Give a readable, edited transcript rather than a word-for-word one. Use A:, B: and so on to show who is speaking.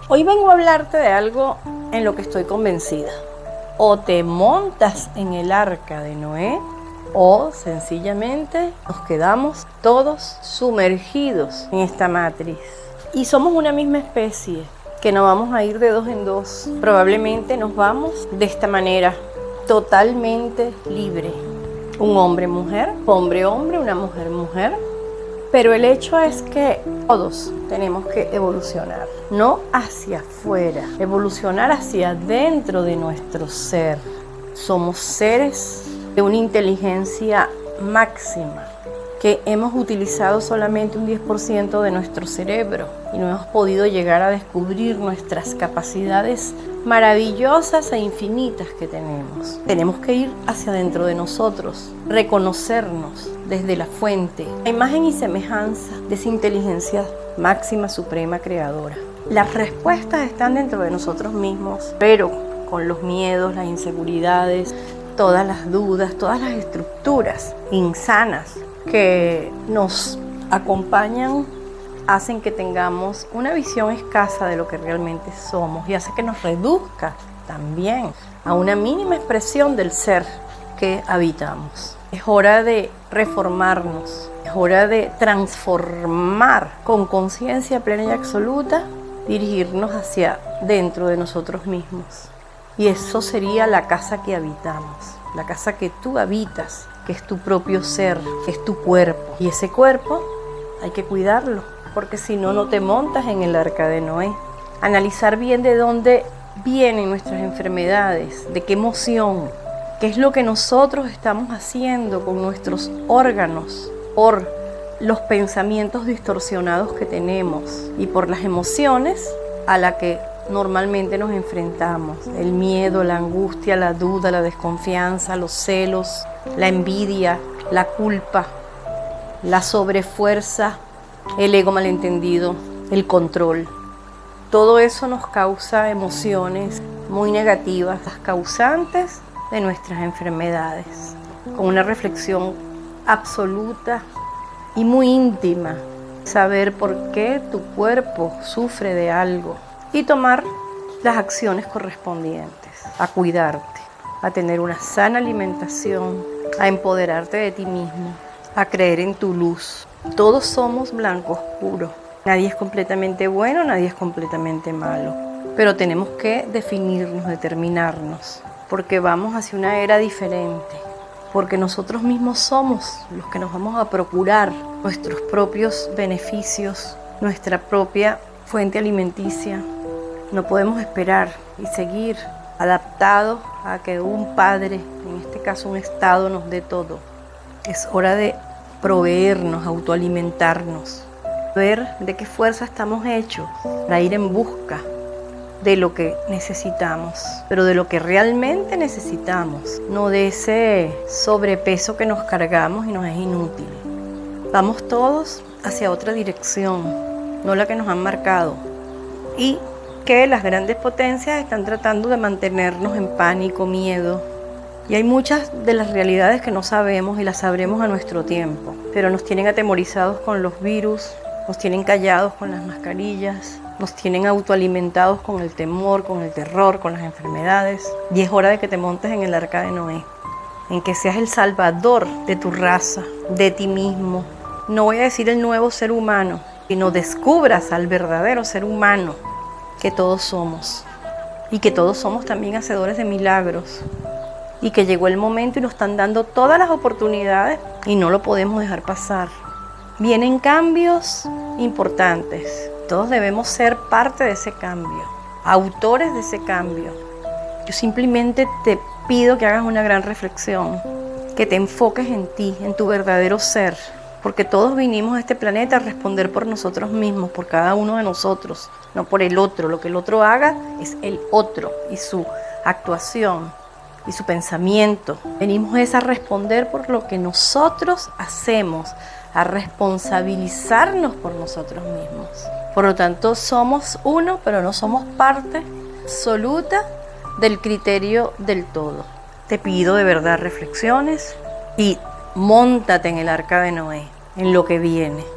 A: Hoy vengo a hablarte de algo en lo que estoy convencida. O te montas en el arca de Noé o sencillamente nos quedamos todos sumergidos en esta matriz. Y somos una misma especie que no vamos a ir de dos en dos. Probablemente nos vamos de esta manera, totalmente libre. Un hombre-mujer, hombre-hombre, una mujer-mujer. Pero el hecho es que todos tenemos que evolucionar, no hacia afuera, evolucionar hacia adentro de nuestro ser. Somos seres de una inteligencia máxima, que hemos utilizado solamente un 10% de nuestro cerebro y no hemos podido llegar a descubrir nuestras capacidades maravillosas e infinitas que tenemos. Tenemos que ir hacia adentro de nosotros, reconocernos desde la fuente, la imagen y semejanza de esa inteligencia máxima, suprema, creadora. Las respuestas están dentro de nosotros mismos, pero con los miedos, las inseguridades, todas las dudas, todas las estructuras insanas que nos acompañan, hacen que tengamos una visión escasa de lo que realmente somos y hace que nos reduzca también a una mínima expresión del ser que habitamos. Es hora de reformarnos, es hora de transformar con conciencia plena y absoluta, dirigirnos hacia dentro de nosotros mismos. Y eso sería la casa que habitamos, la casa que tú habitas, que es tu propio ser, que es tu cuerpo. Y ese cuerpo hay que cuidarlo, porque si no, no te montas en el arca de Noé. Analizar bien de dónde vienen nuestras enfermedades, de qué emoción, qué es lo que nosotros estamos haciendo con nuestros órganos por los pensamientos distorsionados que tenemos y por las emociones a las que normalmente nos enfrentamos. El miedo, la angustia, la duda, la desconfianza, los celos, la envidia, la culpa, la sobrefuerza, el ego malentendido, el control. Todo eso nos causa emociones muy negativas, las causantes de nuestras enfermedades. Con una reflexión absoluta y muy íntima, saber por qué tu cuerpo sufre de algo y tomar las acciones correspondientes, a cuidarte, a tener una sana alimentación, a empoderarte de ti mismo, a creer en tu luz. Todos somos blanco oscuro. Nadie es completamente bueno, nadie es completamente malo. Pero tenemos que definirnos, determinarnos, porque vamos hacia una era diferente. Porque nosotros mismos somos los que nos vamos a procurar nuestros propios beneficios, nuestra propia fuente alimenticia. No podemos esperar y seguir adaptados a que un padre, en este caso un Estado, nos dé todo. Es hora de proveernos, autoalimentarnos, ver de qué fuerza estamos hechos para ir en busca de lo que necesitamos, pero de lo que realmente necesitamos, no de ese sobrepeso que nos cargamos y nos es inútil. Vamos todos hacia otra dirección, no la que nos han marcado, y que las grandes potencias están tratando de mantenernos en pánico, miedo. Y hay muchas de las realidades que no sabemos y las sabremos a nuestro tiempo, pero nos tienen atemorizados con los virus, nos tienen callados con las mascarillas, nos tienen autoalimentados con el temor, con el terror, con las enfermedades. Y es hora de que te montes en el arca de Noé, en que seas el salvador de tu raza, de ti mismo. No voy a decir el nuevo ser humano, sino descubras al verdadero ser humano que todos somos, y que todos somos también hacedores de milagros, y que llegó el momento y nos están dando todas las oportunidades y no lo podemos dejar pasar. Vienen cambios importantes, todos debemos ser parte de ese cambio, autores de ese cambio. Yo simplemente te pido que hagas una gran reflexión, que te enfoques en ti, en tu verdadero ser, porque todos vinimos a este planeta a responder por nosotros mismos, por cada uno de nosotros, no por el otro. Lo que el otro haga es el otro y su actuación y su pensamiento. Venimos a responder por lo que nosotros hacemos, a responsabilizarnos por nosotros mismos. Por lo tanto, somos uno, pero no somos parte absoluta del criterio del todo. Te pido de verdad reflexiones y móntate en el arca de Noé, en lo que viene.